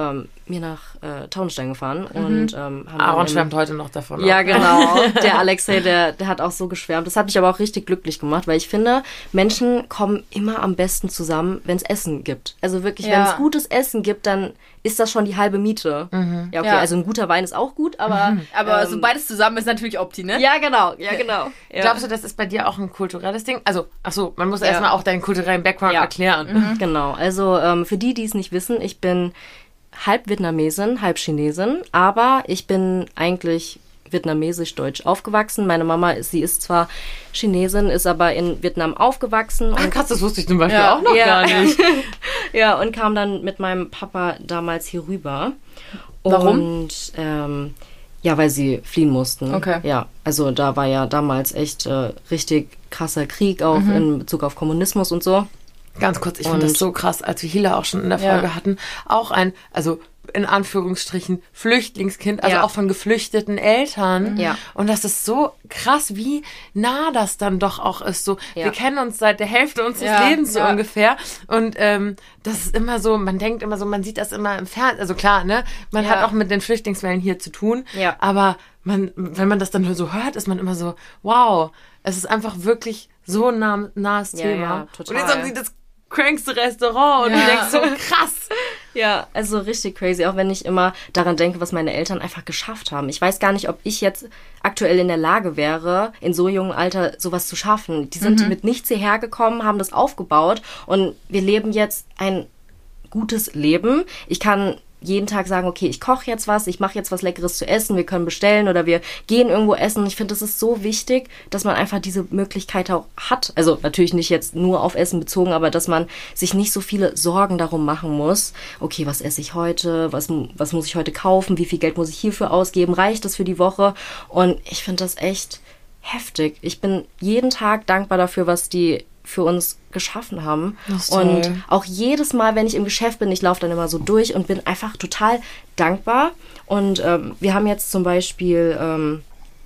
mir nach äh, Taunusstein gefahren mhm. und ähm, haben Aaron schwärmt heute noch davon. Ja, auch. Genau. Der Alexei, der, der hat auch so geschwärmt. Das hat mich aber auch richtig glücklich gemacht, weil ich finde, Menschen kommen immer am besten zusammen, wenn es Essen gibt. Also wirklich, ja. wenn es gutes Essen gibt, dann ist das schon die halbe Miete. Mhm. Ja, okay, ja. also ein guter Wein ist auch gut, aber... Mhm. Aber ähm, so beides zusammen ist natürlich Opti, ne? Ja, genau, ja, genau. Ja. Glaubst du, das ist bei dir auch ein kulturelles Ding? Also, ach so, man muss ja. erstmal auch deinen kulturellen Background ja. erklären. Mhm. Genau, also ähm, für die, die es nicht wissen, ich bin halb Vietnamesin, halb Chinesin, aber ich bin eigentlich vietnamesisch-deutsch aufgewachsen. Meine Mama, ist, sie ist zwar Chinesin, ist aber in Vietnam aufgewachsen. Und ah, krass, das wusste ich zum Beispiel ja, auch noch ja. gar nicht. Ja, und kam dann mit meinem Papa damals hier rüber. Warum? Und ähm, ja, weil sie fliehen mussten. Okay. Ja, also da war ja damals echt äh, richtig krasser Krieg auch mhm. in Bezug auf Kommunismus und so. Ganz kurz, ich finde das so krass, als wir Hila auch schon in der Folge ja. hatten, auch ein, also in Anführungsstrichen, Flüchtlingskind, also ja. auch von geflüchteten Eltern. Ja. Und das ist so krass, wie nah das dann doch auch ist. So, ja. wir kennen uns seit der Hälfte unseres ja. Lebens so ja. ungefähr. Und ähm, das ist immer so, man denkt immer so, man sieht das immer im Fernsehen. Also klar, ne, man ja. hat auch mit den Flüchtlingswellen hier zu tun. Ja. Aber man, wenn man das dann nur so hört, ist man immer so, wow, es ist einfach wirklich so ein nah, nahes ja, Thema. Ja, total. Und jetzt haben sie das crankste Restaurant und ja. du denkst so, krass. Ja, also richtig crazy, auch wenn ich immer daran denke, was meine Eltern einfach geschafft haben. Ich weiß gar nicht, ob ich jetzt aktuell in der Lage wäre, in so jungem Alter sowas zu schaffen. Die sind mhm. mit nichts hierher gekommen, haben das aufgebaut und wir leben jetzt ein gutes Leben. Ich kann jeden Tag sagen, okay, ich koche jetzt was, ich mache jetzt was Leckeres zu essen, wir können bestellen oder wir gehen irgendwo essen. Ich finde, das ist so wichtig, dass man einfach diese Möglichkeit auch hat. Also natürlich nicht jetzt nur auf Essen bezogen, aber dass man sich nicht so viele Sorgen darum machen muss. Okay, was esse ich heute? Was, was muss ich heute kaufen? Wie viel Geld muss ich hierfür ausgeben? Reicht das für die Woche? Und ich finde das echt heftig. Ich bin jeden Tag dankbar dafür, was die für uns geschaffen haben. Und auch jedes Mal, wenn ich im Geschäft bin, ich laufe dann immer so durch und bin einfach total dankbar. Und ähm, wir haben jetzt zum Beispiel ähm,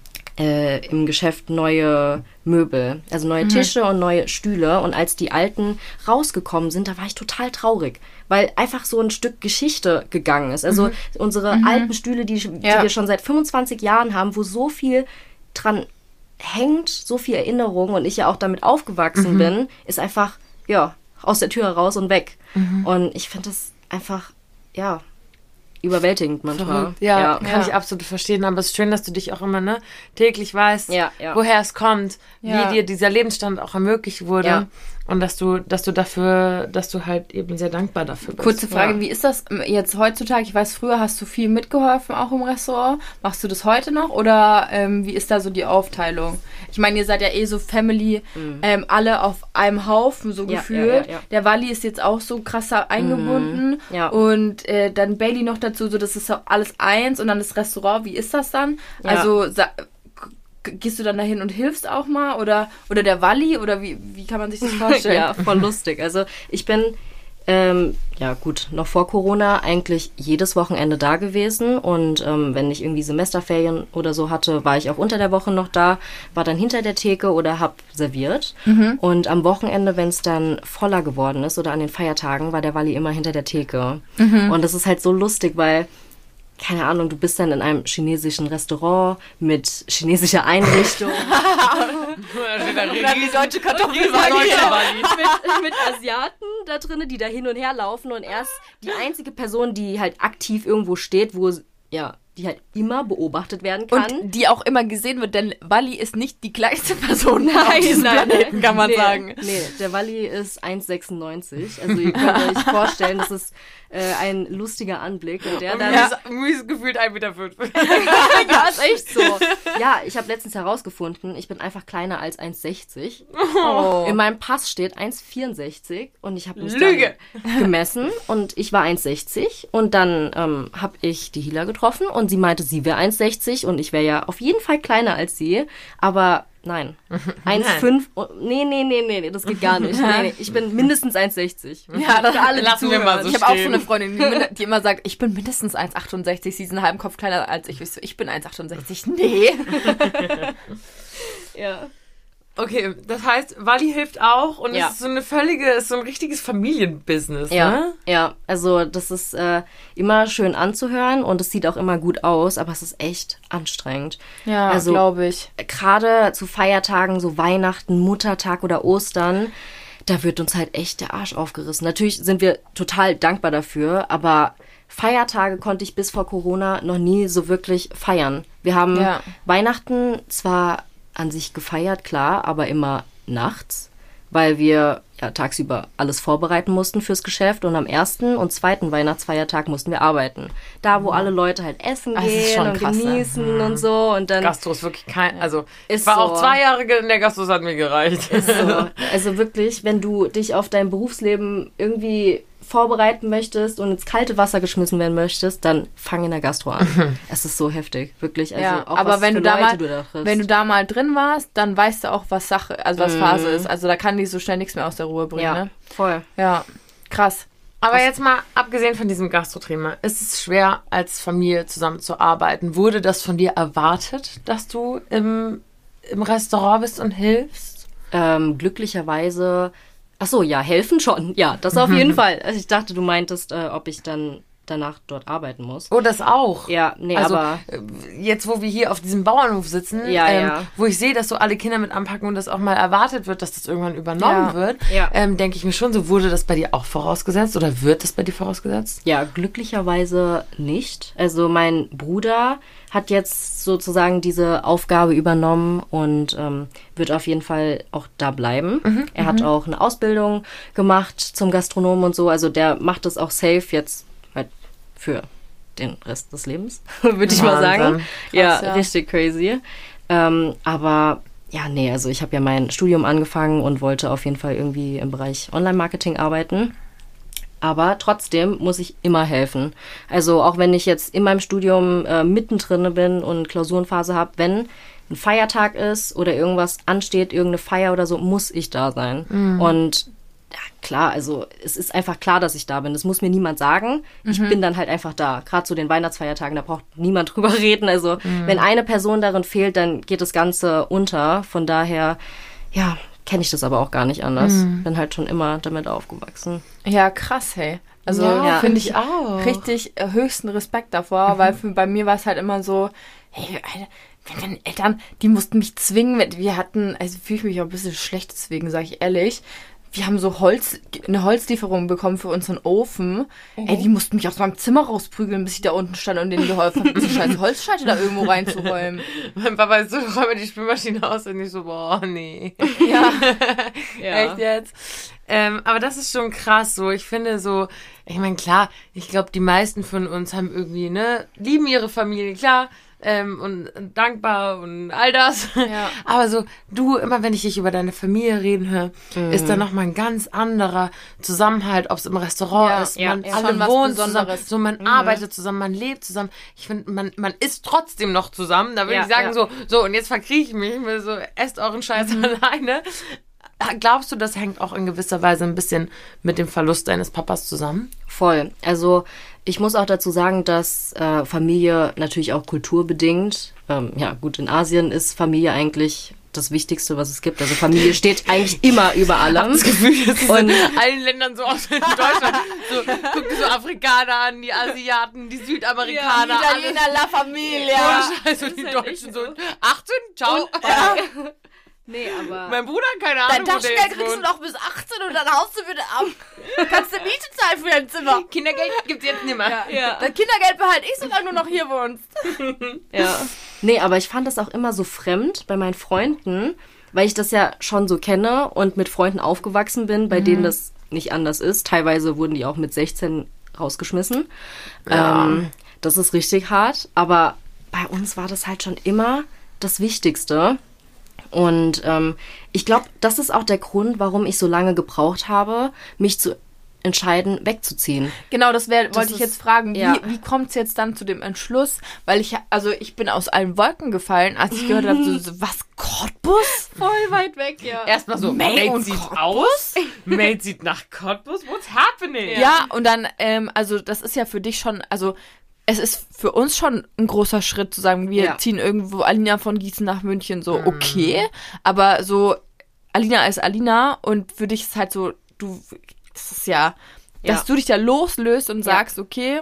äh, im Geschäft neue Möbel, also neue mhm. Tische und neue Stühle. Und als die alten rausgekommen sind, da war ich total traurig, weil einfach so ein Stück Geschichte gegangen ist. Also mhm. unsere mhm. alten Stühle, die, die ja. wir schon seit fünfundzwanzig Jahren haben, wo so viel dran hängt, so viel Erinnerung und ich ja auch damit aufgewachsen mhm. bin, ist einfach, ja, aus der Tür raus und weg. Mhm. Und ich finde das einfach, ja, überwältigend manchmal. Ja, ja, kann ja. ich absolut verstehen, aber es ist schön, dass du dich auch immer, ne, täglich weißt, ja, ja. woher es kommt, ja. wie dir dieser Lebensstand auch ermöglicht wurde. Ja. Und dass du, dass du dafür, dass du halt eben sehr dankbar dafür bist. Kurze Frage, ja. wie ist das jetzt heutzutage? Ich weiß, früher hast du viel mitgeholfen, auch im Restaurant. Machst du das heute noch? Oder ähm, wie ist da so die Aufteilung? Ich meine, ihr seid ja eh so Family, mhm. ähm, alle auf einem Haufen, so ja, gefühlt. Ja, ja, ja. Der Wally ist jetzt auch so krasser eingebunden. Mhm. Ja. Und äh, dann Bailey noch dazu, so das ist alles eins. Und dann das Restaurant, wie ist das dann? Ja. Also... Sa- Gehst du dann dahin und hilfst auch mal? Oder, oder der Walli? Oder wie, wie kann man sich das vorstellen? Ja, voll lustig. Also ich bin, ähm, ja gut, noch vor Corona eigentlich jedes Wochenende da gewesen. Und ähm, wenn ich irgendwie Semesterferien oder so hatte, war ich auch unter der Woche noch da, war dann hinter der Theke oder hab serviert. Mhm. Und am Wochenende, wenn es dann voller geworden ist oder an den Feiertagen, war der Walli immer hinter der Theke. Mhm. Und das ist halt so lustig, weil... keine Ahnung, du bist dann in einem chinesischen Restaurant mit chinesischer Einrichtung. Und dann die deutsche Kartoffel mit, mit Asiaten da drinnen, die da hin und her laufen und erst die einzige Person, die halt aktiv irgendwo steht, wo, ja, die halt immer beobachtet werden kann. Und die auch immer gesehen wird, denn Walli ist nicht die kleinste Person auf diesem Planeten, kann man nee, sagen. Nee, der Walli ist eins Komma sechsundneunzig. Also ihr könnt euch vorstellen, das ist äh, ein lustiger Anblick. Und der dann ja, ist gefühlt ein Meter fünf. Ja, ist echt so. Ja, ich habe letztens herausgefunden, ich bin einfach kleiner als eins Komma sechzig. Oh. In meinem Pass steht eins Komma vierundsechzig und ich habe mich Lüge. dann gemessen und ich war eins Komma sechzig und dann ähm, habe ich die Hila getroffen und sie meinte, sie wäre eins Komma sechzig und ich wäre ja auf jeden Fall kleiner als sie, aber nein. eins Komma fünf, nee, nee, nee, nee, das geht gar nicht. Nee, nee, ich bin mindestens eins Komma sechzig. Ja, das alle lassen wir mal so Ich habe auch stehen. so eine Freundin, die, die immer sagt, ich bin mindestens eins Komma achtundsechzig, sie ist einen halben Kopf kleiner als ich. Ich, so, ich bin eins Komma achtundsechzig. Nee. Ja. Okay, das heißt, Wally hilft auch und Ja. es ist so eine völlige, ist so ein richtiges Familienbusiness, Ja, ne? ja, also das ist äh, immer schön anzuhören und es sieht auch immer gut aus, aber es ist echt anstrengend. Ja, also glaube ich. Gerade zu Feiertagen, so Weihnachten, Muttertag oder Ostern, da wird uns halt echt der Arsch aufgerissen. Natürlich sind wir total dankbar dafür, aber Feiertage konnte ich bis vor Corona noch nie so wirklich feiern. Wir haben Ja. Weihnachten zwar an sich gefeiert, klar, aber immer nachts, weil wir ja tagsüber alles vorbereiten mussten fürs Geschäft und am ersten und zweiten Weihnachtsfeiertag mussten wir arbeiten. Da, wo alle Leute halt essen Das ist gehen schon und krass, ne? genießen und so und dann Gastro ist wirklich kein, also Ist ich war so. auch zwei Jahre in der Gastro, das hat mir gereicht. ist so. Also wirklich, wenn du dich auf dein Berufsleben irgendwie vorbereiten möchtest und ins kalte Wasser geschmissen werden möchtest, dann fang in der Gastro an. Es ist so heftig, wirklich. Also Ja, auch aber was wenn für du, da Leute mal, du da triffst. wenn du da mal drin warst, dann weißt du auch, was Sache, also was Phase ist. Also da kann die so schnell nichts mehr aus der Ruhe bringen, ja, ne? voll. Ja, krass. Aber jetzt mal, abgesehen von diesem Gastro-Thema, ist es schwer, als Familie zusammenzuarbeiten. Wurde das von dir erwartet, dass du im, im Restaurant bist und hilfst? Ähm, glücklicherweise, ach so, ja, helfen schon. Ja, das auf jeden Fall. Also ich dachte, du meintest, äh, ob ich dann danach dort arbeiten muss. Oh, das auch. Ja, nee, also, aber äh, jetzt, wo wir hier auf diesem Bauernhof sitzen, Ja, ähm, ja. wo ich sehe, dass so alle Kinder mit anpacken und das auch mal erwartet wird, dass das irgendwann übernommen Ja. wird, Ja. ähm, denke ich mir schon, so wurde das bei dir auch vorausgesetzt oder wird das bei dir vorausgesetzt? ja, glücklicherweise nicht. Also mein Bruder hat jetzt sozusagen diese Aufgabe übernommen und ähm, wird auf jeden Fall auch da bleiben. Er hat auch eine Ausbildung gemacht zum Gastronomen und so. Also der macht das auch safe jetzt halt für den Rest des Lebens, würde ich mal sagen. Wahnsinn. ja, Krass, ja. richtig crazy. Ähm, aber ja, nee, also ich habe ja mein Studium angefangen und wollte auf jeden Fall irgendwie im Bereich Online-Marketing arbeiten. Aber trotzdem muss ich immer helfen. Also auch wenn ich jetzt in meinem Studium äh, mittendrin bin und Klausurenphase habe, wenn ein Feiertag ist oder irgendwas ansteht, irgendeine Feier oder so, muss ich da sein. Und ja, klar, also es ist einfach klar, dass ich da bin. Das muss mir niemand sagen. Ich bin dann halt einfach da. Gerade zu den Weihnachtsfeiertagen, da braucht niemand drüber reden. Also wenn eine Person darin fehlt, dann geht das Ganze unter. Von daher, ja, kenne ich das aber auch gar nicht anders. Bin halt schon immer damit aufgewachsen. Ja, krass, hey. Also Ja, finde ich auch. richtig äh, höchsten Respekt davor, weil für, bei mir war es halt immer so, hey, Alter, wenn meine Eltern, die mussten mich zwingen, mit- wir hatten, also fühle ich mich auch ein bisschen schlecht deswegen, sage ich ehrlich. Wir haben so Holz, eine Holzlieferung bekommen für unseren Ofen. Ey, die mussten mich aus meinem Zimmer rausprügeln, bis ich da unten stand und denen geholfen habe, diese scheiß Holzscheite da irgendwo reinzuräumen. Mein Papa ist so, räume die Spülmaschine aus und ich so, boah, nee. Ja. Echt jetzt? Ähm, aber das ist schon krass so. Ich finde so, ich meine, klar, ich glaube, die meisten von uns haben irgendwie, ne, lieben ihre Familie, klar, ähm, und dankbar und all das. Ja. Aber so, du, immer wenn ich dich über deine Familie reden höre, ist da nochmal ein ganz anderer Zusammenhalt, ob es im Restaurant Ja, ist, ja, man ja. alle Schon was wohnen zusammen, Besonderes. so man arbeitet zusammen, man lebt zusammen. Ich finde, man, man isst trotzdem noch zusammen. Da würde Ja, ich sagen, ja. so, so, und jetzt verkriege ich mich, ich will so, esst euren Scheiß alleine. Glaubst du, das hängt auch in gewisser Weise ein bisschen mit dem Verlust deines Papas zusammen? Voll. Also ich muss auch dazu sagen, dass äh, Familie natürlich auch kulturbedingt, ähm, ja gut, in Asien ist Familie eigentlich das Wichtigste, was es gibt. Also Familie steht eigentlich immer über allem. Das Gefühl, das ist Und- in allen Ländern so aus wie in Deutschland. So, guck dir so Afrikaner an, die Asiaten, die Südamerikaner, alles. La Familia. Ohne Scheiß, und die Deutschen so, achtzehn, ciao. Nee, aber Mein Bruder, keine Dein Ahnung, wo der Taschengeld jetzt kriegst du wohnt. noch bis achtzehn und dann haust du bitte ab. Kannst du Miete zahlen für dein Zimmer. Kindergeld gibt's jetzt nimmer. Ja. Das Kindergeld behalte ich, solange du noch hier wohnst. ja. Nee, aber ich fand das auch immer so fremd bei meinen Freunden, weil ich das ja schon so kenne und mit Freunden aufgewachsen bin, bei denen das nicht anders ist. Teilweise wurden die auch mit sechzehn rausgeschmissen. Ja. Ähm, das ist richtig hart, aber bei uns war das halt schon immer das Wichtigste. Und ähm, ich glaube, das ist auch der Grund, warum ich so lange gebraucht habe, mich zu entscheiden, wegzuziehen. Genau, das wär, wollte ich ist- jetzt fragen. Wie, ja. wie kommt es jetzt dann zu dem Entschluss? Weil ich, also ich bin aus allen Wolken gefallen, als ich gehört habe, so, so, was, Cottbus? Voll weit weg, ja. Erstmal so, May Mate und sieht Cottbus? aus, Mate sieht nach Cottbus, what's happening? Ja, und dann, ähm, also das ist ja für dich schon, also es ist für uns schon ein großer Schritt zu sagen, wir Ja. ziehen irgendwo Alina von Gießen nach München, so okay, aber so Alina ist Alina und für dich ist halt so, du, das ist ja, ja. dass du dich da loslöst und ja. sagst, okay,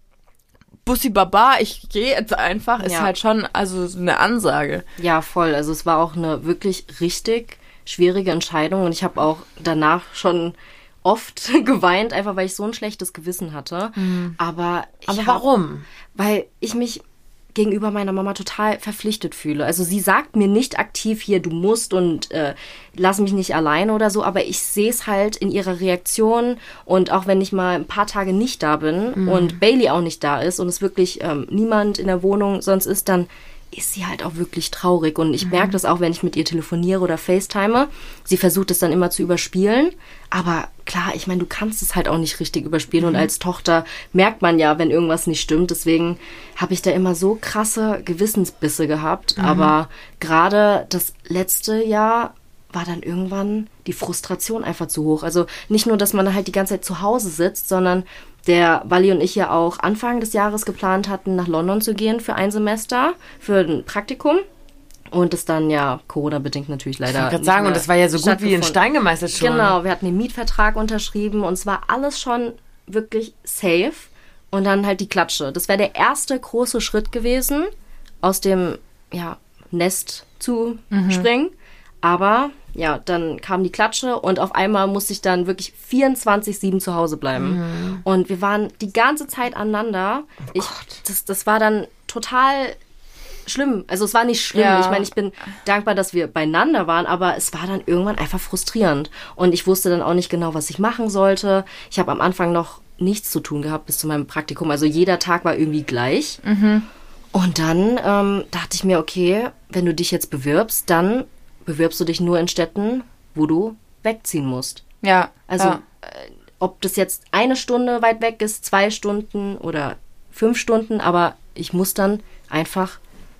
Bussi Baba, ich gehe jetzt einfach, ist ja. halt schon also so eine Ansage. Ja, voll. Also es war auch eine wirklich richtig schwierige Entscheidung und ich habe auch danach schon oft geweint, einfach weil ich so ein schlechtes Gewissen hatte. Mhm. Aber, ich Aber hab, warum? Weil ich mich gegenüber meiner Mama total verpflichtet fühle. Also sie sagt mir nicht aktiv hier, du musst und äh, lass mich nicht alleine oder so, aber ich sehe es halt in ihrer Reaktion und auch wenn ich mal ein paar Tage nicht da bin mhm. und Bailey auch nicht da ist und es wirklich ähm, niemand in der Wohnung sonst ist, dann ist sie halt auch wirklich traurig und ich mhm. merke das auch, wenn ich mit ihr telefoniere oder FaceTime. Sie versucht es dann immer zu überspielen, aber klar, ich meine, du kannst es halt auch nicht richtig überspielen mhm. und als Tochter merkt man ja, wenn irgendwas nicht stimmt, deswegen habe ich da immer so krasse Gewissensbisse gehabt, mhm. aber gerade das letzte Jahr war dann irgendwann die Frustration einfach zu hoch. Also nicht nur, dass man halt die ganze Zeit zu Hause sitzt, sondern der Wally und ich ja auch Anfang des Jahres geplant hatten, nach London zu gehen für ein Semester, für ein Praktikum. Und es dann ja Corona-bedingt natürlich leider. Ich wollte gerade sagen, und das war ja so gut wie in Stein gemeißelt schon. Genau, wir hatten den Mietvertrag unterschrieben und es war alles schon wirklich safe. Und dann halt die Klatsche. Das wäre der erste große Schritt gewesen, aus dem ja, Nest zu mhm. springen. Aber ja, dann kam die Klatsche und auf einmal musste ich dann wirklich vierundzwanzig sieben zu Hause bleiben. Mhm. Und wir waren die ganze Zeit aneinander. Oh ich, Gott. Das, das war dann total schlimm. Also es war nicht schlimm. Ja. Ich meine, ich bin dankbar, dass wir beieinander waren, aber es war dann irgendwann einfach frustrierend. Und ich wusste dann auch nicht genau, was ich machen sollte. Ich habe am Anfang noch nichts zu tun gehabt bis zu meinem Praktikum. Also jeder Tag war irgendwie gleich. Mhm. Und dann ähm, dachte ich mir, okay, wenn du dich jetzt bewirbst, dann bewirbst du dich nur in Städten, wo du wegziehen musst. Ja. Also ja. Äh, ob das jetzt eine Stunde weit weg ist, zwei Stunden oder fünf Stunden, aber ich muss dann einfach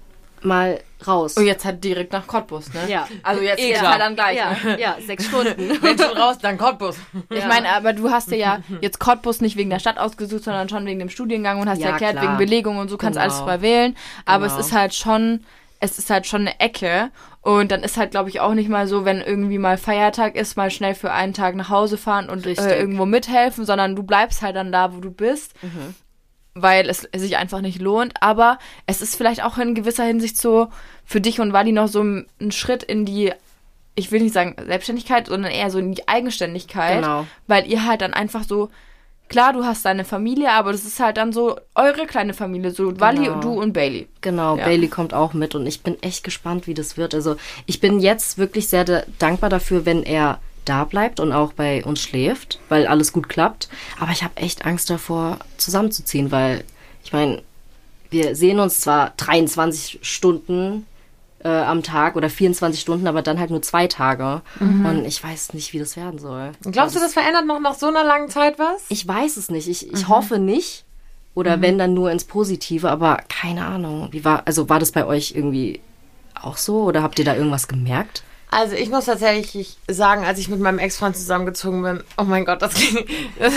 mal raus. Und jetzt halt direkt nach Cottbus, ne? Ja. Also jetzt eh ist halt dann gleich. Ja, ne? ja, sechs Stunden. Wenn schon raus, dann Cottbus. Ich ja. meine, aber du hast dir ja jetzt Cottbus nicht wegen der Stadt ausgesucht, sondern schon wegen dem Studiengang und hast ja, erklärt, klar. wegen Belegung und so kannst genau. alles frei wählen. Aber genau. es ist halt schon, es ist halt schon eine Ecke. Und dann ist halt, glaube ich, auch nicht mal so, wenn irgendwie mal Feiertag ist, mal schnell für einen Tag nach Hause fahren und äh, irgendwo mithelfen, sondern du bleibst halt dann da, wo du bist. Mhm. Weil es sich einfach nicht lohnt. Aber es ist vielleicht auch in gewisser Hinsicht so für dich und Wally noch so ein Schritt in die, ich will nicht sagen Selbstständigkeit, sondern eher so in die Eigenständigkeit. Genau. Weil ihr halt dann einfach so, klar, du hast deine Familie, aber das ist halt dann so eure kleine Familie, so genau. Wally, du und Bailey. Genau, ja. Bailey kommt auch mit und ich bin echt gespannt, wie das wird. Also ich bin jetzt wirklich sehr de- dankbar dafür, wenn er da bleibt und auch bei uns schläft, weil alles gut klappt. Aber ich habe echt Angst davor, zusammenzuziehen, weil ich meine, wir sehen uns zwar dreiundzwanzig Stunden äh, am Tag oder vierundzwanzig Stunden, aber dann halt nur zwei Tage. Mhm. Und ich weiß nicht, wie das werden soll. Und glaubst du, das verändert noch nach so einer langen Zeit was? Ich weiß es nicht. Ich, ich mhm. hoffe nicht. Oder mhm. wenn, dann nur ins Positive. Aber keine Ahnung. Wie war, also war das bei euch irgendwie auch so? Oder habt ihr da irgendwas gemerkt? Also ich muss tatsächlich sagen, als ich mit meinem Ex-Freund zusammengezogen bin, oh mein Gott, das klingt... Das,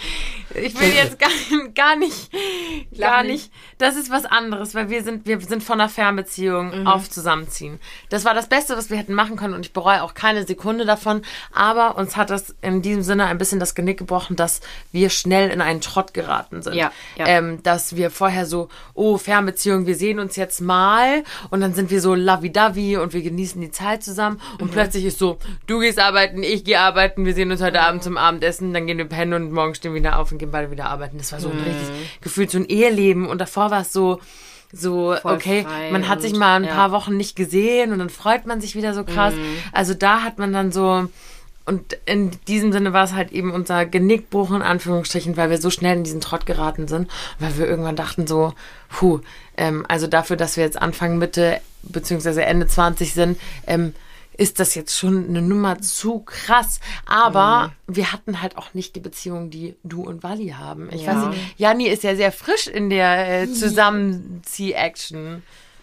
ich will jetzt gar, gar nicht, gar nicht, das ist was anderes, weil wir sind, wir sind von einer Fernbeziehung mhm. auf Zusammenziehen. Das war das Beste, was wir hätten machen können und ich bereue auch keine Sekunde davon, aber uns hat das in diesem Sinne ein bisschen das Genick gebrochen, dass wir schnell in einen Trott geraten sind. Ja, ja. Ähm, dass wir vorher so, oh, Fernbeziehung, wir sehen uns jetzt mal und dann sind wir so lovey-dovey und wir genießen die Zeit zusammen und mhm. plötzlich ist so, du gehst arbeiten, ich gehe arbeiten, wir sehen uns heute mhm. Abend zum Abendessen, dann gehen wir pennen und morgen stehen wir wieder auf und gehen beide wieder arbeiten. Das war so ein mhm. richtig gefühlt so ein Eheleben und davor war es so, so, voll okay, man hat sich mal ein ja. paar Wochen nicht gesehen und dann freut man sich wieder so krass. Mhm. Also da hat man dann so, und in diesem Sinne war es halt eben unser Genickbruch in Anführungsstrichen, weil wir so schnell in diesen Trott geraten sind, weil wir irgendwann dachten so, puh, ähm, also dafür, dass wir jetzt Anfang, Mitte beziehungsweise Ende zwanzig sind, ähm, ist das jetzt schon eine Nummer zu krass. Aber mhm. wir hatten halt auch nicht die Beziehung, die du und Wally haben. Ich ja. weiß nicht, Janni ist ja sehr frisch in der äh, Zusammenzieh-Action.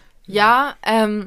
Ja, ähm,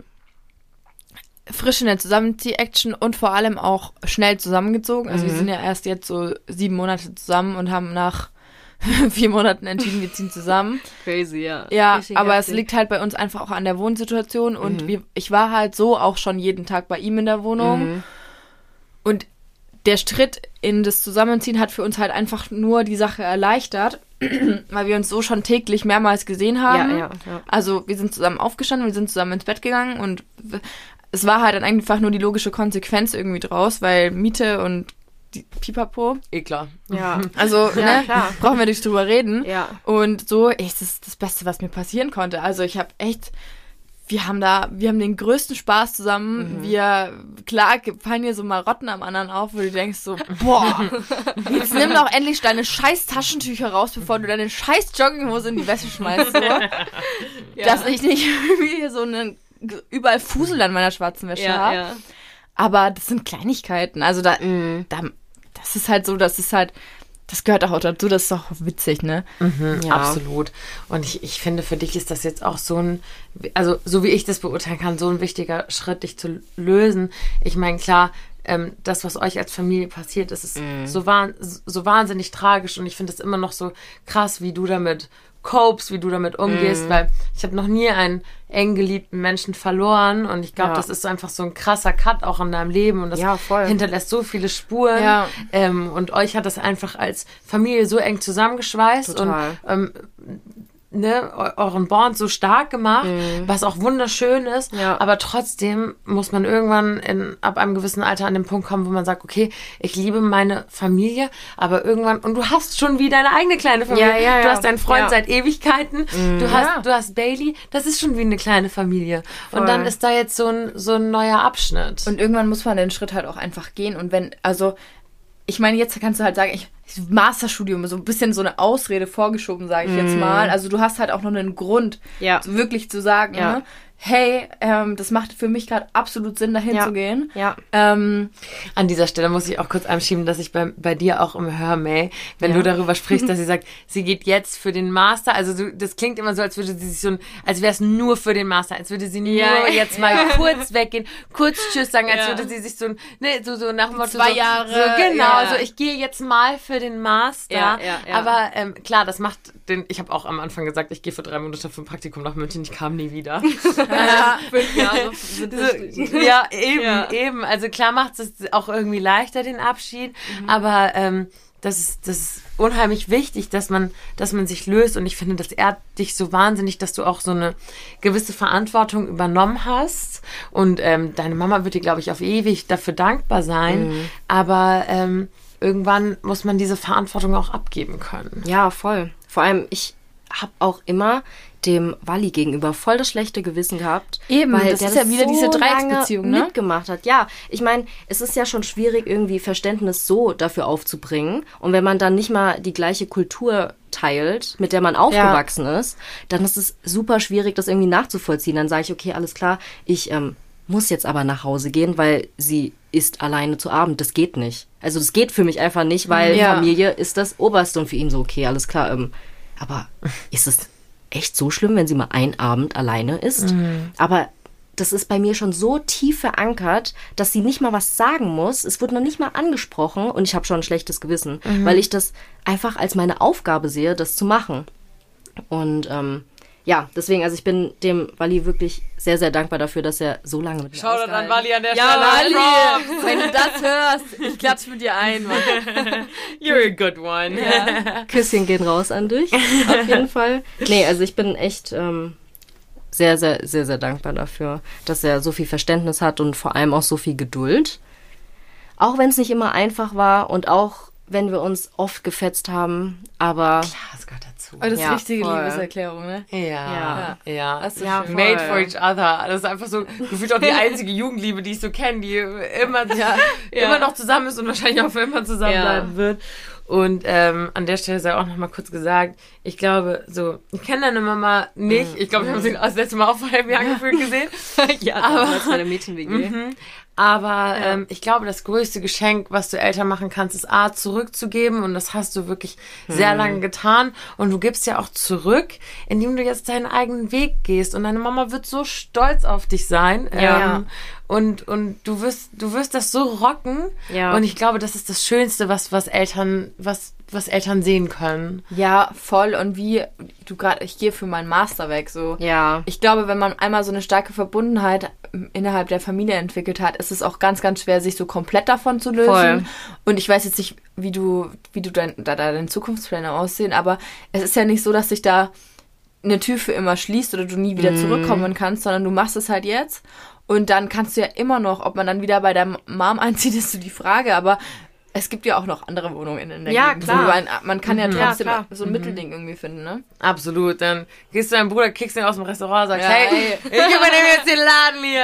frisch in der Zusammenzieh-Action und vor allem auch schnell zusammengezogen. Also mhm. wir sind ja erst jetzt so sieben Monate zusammen und haben nach vier Monaten entschieden, wir ziehen zusammen. Crazy, ja. Ja, Richtig aber heftig. Es liegt halt bei uns einfach auch an der Wohnsituation und mhm. wir, ich war halt so auch schon jeden Tag bei ihm in der Wohnung. Mhm. Und der Schritt in das Zusammenziehen hat für uns halt einfach nur die Sache erleichtert, weil wir uns so schon täglich mehrmals gesehen haben. Ja, ja, ja. Also wir sind zusammen aufgestanden, wir sind zusammen ins Bett gegangen und es war halt dann einfach nur die logische Konsequenz irgendwie draus, weil Miete und die Pipapo. Eh klar. Ja. Also, Ja, ne, klar. brauchen wir nicht drüber reden. Ja. Und so, ey, das ist das Beste, was mir passieren konnte. Also ich habe echt, wir haben da, wir haben den größten Spaß zusammen. Mhm. Wir, klar, fallen hier so Marotten am anderen auf, wo du denkst so, boah, jetzt nimm doch endlich deine scheiß Taschentücher raus, bevor du deine scheiß Jogginghose in die Wäsche schmeißt. So. Ja. Dass ich nicht irgendwie hier so einen überall Fusel an meiner schwarzen Wäsche Ja, habe. ja. Aber das sind Kleinigkeiten. Also da, Mhm. da, das ist halt so, das ist halt, das gehört auch dazu, das ist doch witzig, ne? Mhm, Ja. Absolut. Und ich, ich finde, für dich ist das jetzt auch so ein, also so wie ich das beurteilen kann, so ein wichtiger Schritt, dich zu lösen. Ich meine, klar, ähm, das, was euch als Familie passiert ist, ist Mhm. so, wahn, so wahnsinnig tragisch und ich finde es immer noch so krass, wie du damit copest, wie du damit umgehst, Mhm. weil ich habe noch nie einen eng geliebten Menschen verloren und ich glaube, Ja. das ist so einfach so ein krasser Cut auch in deinem Leben und das Ja, voll. hinterlässt so viele Spuren Ja. ähm, und euch hat das einfach als Familie so eng zusammengeschweißt Total. und ähm, ne, eu- euren Bond so stark gemacht, was auch wunderschön ist, Ja. aber trotzdem muss man irgendwann in, ab einem gewissen Alter an den Punkt kommen, wo man sagt, okay, ich liebe meine Familie, aber irgendwann, und du hast schon wie deine eigene kleine Familie, Ja, ja, du ja. hast deinen Freund Ja. seit Ewigkeiten, du hast, Ja. du hast Bailey, das ist schon wie eine kleine Familie und Voll. dann ist da jetzt so ein, so ein neuer Abschnitt. Und irgendwann muss man den Schritt halt auch einfach gehen. Und wenn, also, ich meine, jetzt kannst du halt sagen, ich, ich Masterstudium, so ein bisschen so eine Ausrede vorgeschoben, sage ich jetzt mal. Also du hast halt auch noch einen Grund, Ja. so wirklich zu sagen, Ja. ne? Hey, ähm, das macht für mich gerade absolut Sinn, dahin Ja. zu gehen. Ja. Ähm, An dieser Stelle muss ich auch kurz einschieben, dass ich bei, bei dir auch immer höre, May, wenn Ja. du darüber sprichst, dass sie sagt, sie geht jetzt für den Master. Also du, das klingt immer so, als würde sie sich so, ein- als wäre es nur für den Master, als würde sie nur Ja. jetzt mal kurz weggehen, kurz Tschüss sagen, als Ja. würde sie sich so, ne, so, so nach dem Motto zwei so, Jahre, so genau, ja. so ich gehe jetzt mal für den Master. Ja, ja, ja. Aber ähm, klar, das macht den. Ich habe auch am Anfang gesagt, ich gehe für drei Monate für ein Praktikum nach München. Ich kam nie wieder. ja, fünf Jahre sind das. So, ja, eben, Ja. eben. Also klar macht es auch irgendwie leichter, den Abschied, aber ähm, das ist, das ist unheimlich wichtig, dass man, dass man sich löst und ich finde, das ehrt dich so wahnsinnig, dass du auch so eine gewisse Verantwortung übernommen hast und ähm, deine Mama wird dir, glaube ich, auf ewig dafür dankbar sein, Mhm. aber ähm, irgendwann muss man diese Verantwortung auch abgeben können. Ja, voll. Vor allem, ich habe auch immer dem Wally gegenüber voll das schlechte Gewissen gehabt. Eben, weil das der ist ja wieder diese lange Dreiecksbeziehung, ne? mitgemacht hat. Ja, ich meine, es ist ja schon schwierig, irgendwie Verständnis so dafür aufzubringen. Und wenn man dann nicht mal die gleiche Kultur teilt, mit der man aufgewachsen ist, dann ist es super schwierig, das irgendwie nachzuvollziehen. Dann sage ich, okay, alles klar, ich ähm, muss jetzt aber nach Hause gehen, weil sie isst alleine zu Abend. Das geht nicht. Also das geht für mich einfach nicht, weil Ja. Familie ist das Oberste und für ihn so, okay, alles klar. Ähm, aber ist es echt so schlimm, wenn sie mal einen Abend alleine ist? Aber das ist bei mir schon so tief verankert, dass sie nicht mal was sagen muss. Es wird noch nicht mal angesprochen und ich habe schon ein schlechtes Gewissen, weil ich das einfach als meine Aufgabe sehe, das zu machen. Und ähm, ja, deswegen, also ich bin dem Wally wirklich sehr, sehr dankbar dafür, dass er so lange mit mir Schau dann an ausgehalten Wally an der Ja, Stelle. Wally, wenn du das hörst, ich klatsch mit dir ein, Mann. You're a good one. Ja. Küsschen gehen raus an dich, auf jeden Fall. Nee, also ich bin echt ähm, sehr, sehr, sehr, sehr dankbar dafür, dass er so viel Verständnis hat und vor allem auch so viel Geduld. Auch wenn es nicht immer einfach war und auch wenn wir uns oft gefetzt haben, aber Ja, das gehört dazu. Oh, das ist Ja, richtige voll. Liebeserklärung, ne? Ja, ja. Ja. Das ist Ja, schön. voll. Made for each other. Das ist einfach so gefühlt auch die einzige Jugendliebe, die ich so kenne, die immer, immer noch zusammen ist und wahrscheinlich auch für immer zusammenbleiben Ja. wird. Und ähm, an der Stelle sei auch noch mal kurz gesagt, ich glaube, so, ich kenne deine Mama nicht. Ich glaube, wir haben sie das letzte Mal auch vor einem Jahr gefühlt gesehen. ja, Aber- damals bei der Mädchen-W G. Aber ähm, ich glaube, das größte Geschenk, was du Eltern machen kannst, ist A, zurückzugeben. Und das hast du wirklich sehr lange getan. Und du gibst ja auch zurück, indem du jetzt deinen eigenen Weg gehst. Und deine Mama wird so stolz auf dich sein. Ja. Ähm, und, und du wirst, du wirst das so rocken. Ja. Und ich glaube, das ist das Schönste, was, was Eltern, was, was Eltern sehen können. Ja, voll. Und wie du gerade, ich gehe für meinen Master weg, so. Ja. Ich glaube, wenn man einmal so eine starke Verbundenheit innerhalb der Familie entwickelt hat, ist ist es auch ganz, ganz schwer, sich so komplett davon zu lösen. Voll. Und ich weiß jetzt nicht, wie du, wie du dein, da, da deine Zukunftspläne aussehen, aber es ist ja nicht so, dass sich da eine Tür für immer schließt oder du nie wieder Mhm. zurückkommen kannst, sondern du machst es halt jetzt und dann kannst du ja immer noch, ob man dann wieder bei deinem Mom einzieht, ist so die Frage, aber es gibt ja auch noch andere Wohnungen in der Ja, Gegend. klar. wo Man, man kann ja Mhm. trotzdem Ja, klar. so ein Mittelding irgendwie finden, ne? Absolut. Dann gehst du deinem Bruder, kickst ihn aus dem Restaurant, sagst, Ja, hey, ey. ich übernehme jetzt den Laden hier.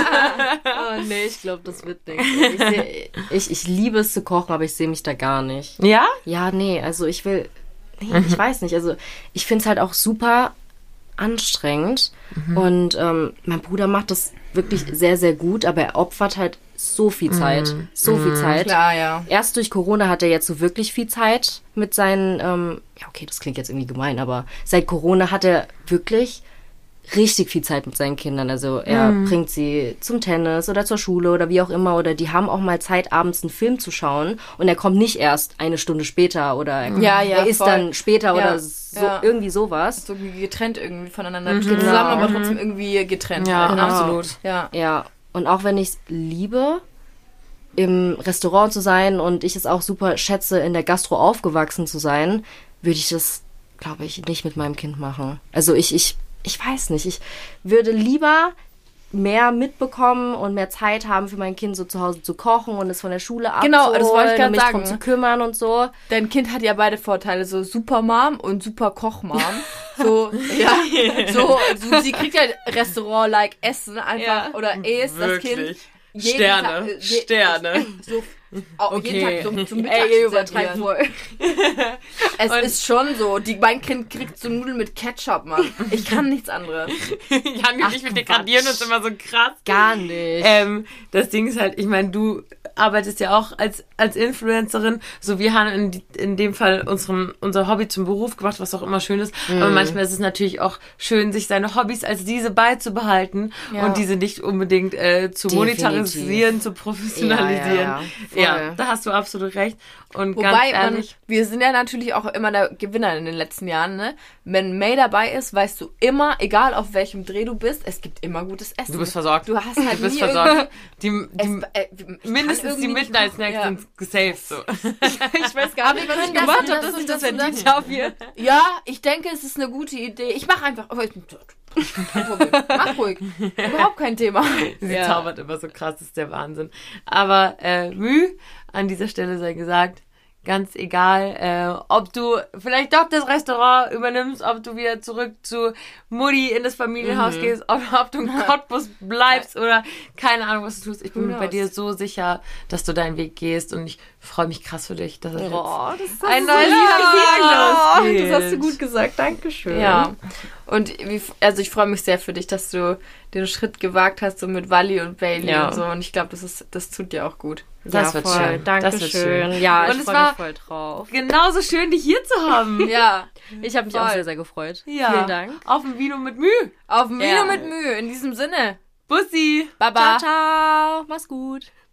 Oh nee, ich glaube, das wird nichts. Ich, seh, ich, ich liebe es zu kochen, aber ich sehe mich da gar nicht. Ja? Ja, nee, also ich will, nee, ich weiß nicht, also ich finde es halt auch super anstrengend und ähm, mein Bruder macht das wirklich sehr, sehr gut, aber er opfert halt so viel Zeit, so viel Zeit. Klar, ja. Erst durch Corona hat er jetzt so wirklich viel Zeit mit seinen, ähm, ja okay, das klingt jetzt irgendwie gemein, aber seit Corona hat er wirklich richtig viel Zeit mit seinen Kindern. Also er bringt sie zum Tennis oder zur Schule oder wie auch immer oder die haben auch mal Zeit, abends einen Film zu schauen und er kommt nicht erst eine Stunde später oder er, Ja, ja, er ist voll. dann später Ja, oder so, ja. irgendwie sowas. So getrennt irgendwie voneinander. Geht zusammen, aber trotzdem irgendwie getrennt. Ja, halt, ne? absolut. Ja. Ja, und auch wenn ich es liebe, im Restaurant zu sein und ich es auch super schätze, in der Gastro aufgewachsen zu sein, würde ich das, glaube ich, nicht mit meinem Kind machen. Also ich, ich, ich weiß nicht, ich würde lieber mehr mitbekommen und mehr Zeit haben für mein Kind, so zu Hause zu kochen und es von der Schule abzuholen, Genau, das wollte ich grad und mich sagen. drum zu kümmern und so. Dein Kind hat ja beide Vorteile, so super Mom und super Koch-Mom. So, ja, so, so, sie kriegt ja Restaurant-like Essen einfach, Ja. oder isst das Kind. Wirklich. jeden Sterne, Tag, äh, je- Sterne. So, auch Okay. jeden Tag zum, zum Mittag Ey, ihr übertreibt servieren. wohl. Es Und- ist schon so, die, mein Kind kriegt so Nudeln mit Ketchup, Mann. Ich kann nichts anderes. Jan und ich, wir degradieren uns immer so krass. Gar nicht. Ähm, das Ding ist halt, ich meine, du arbeitest ja auch als, als Influencerin, so wir haben in, in dem Fall unseren, unser Hobby zum Beruf gemacht, was auch immer schön ist. Aber manchmal ist es natürlich auch schön, sich seine Hobbys als diese beizubehalten Ja. und diese nicht unbedingt äh, zu Definitiv. monetarisieren, zu professionalisieren. Ja, ja, ja. Ja, Voll. da hast du absolut recht. Und Wobei, ganz man, ehrlich, wir sind ja natürlich auch immer der Gewinner in den letzten Jahren, ne? Wenn May dabei ist, weißt du immer, egal auf welchem Dreh du bist, es gibt immer gutes Essen. du bist versorgt. Du hast halt Du bist nie versorgt. Die, irgendwie- die, es, äh, ich kann mindestens die irgendwie nicht Midnight kochen. Snacks Ja. sind gesaved. So. Ich weiß gar nicht, was ich gemacht habe, dass ich das verdient habe hier. Ja, ich denke, es ist eine gute Idee. Ich mache einfach. Aber ich, kein Problem. Mach ruhig. Überhaupt kein Thema. Sie Ja. zaubert immer so krass, das ist der Wahnsinn. Aber äh, Müh, an dieser Stelle sei gesagt, ganz egal, äh, ob du vielleicht doch das Restaurant übernimmst, ob du wieder zurück zu Mutti in das Familienhaus gehst, ob, ob du in Cottbus bleibst oder keine Ahnung, was du tust. Ich bin Who mir bei knows? dir so sicher, dass du deinen Weg gehst und ich freue mich krass für dich, dass es Oh, jetzt das ist ein so neues Ja, Kapitel losgeht. das hast du gut gesagt. Dankeschön. Ja. Und wie, also ich freue mich sehr für dich, dass du den Schritt gewagt hast, so mit Wally und Bailey Ja. und so. Und ich glaube, das ist, das tut dir auch gut. Das ja, wird voll. schön. Das wird Dankeschön. schön. Ja, Und ich es freue war- mich voll drauf. Genauso schön, dich hier zu haben. Ja. Ich habe mich auch Voll. sehr, sehr gefreut. Ja. Vielen Dank. Auf dem Vino mit Mühe. Auf Mühe Ja. mit Mühe. In diesem Sinne. Bussi. Baba. Ciao, ciao. Mach's gut.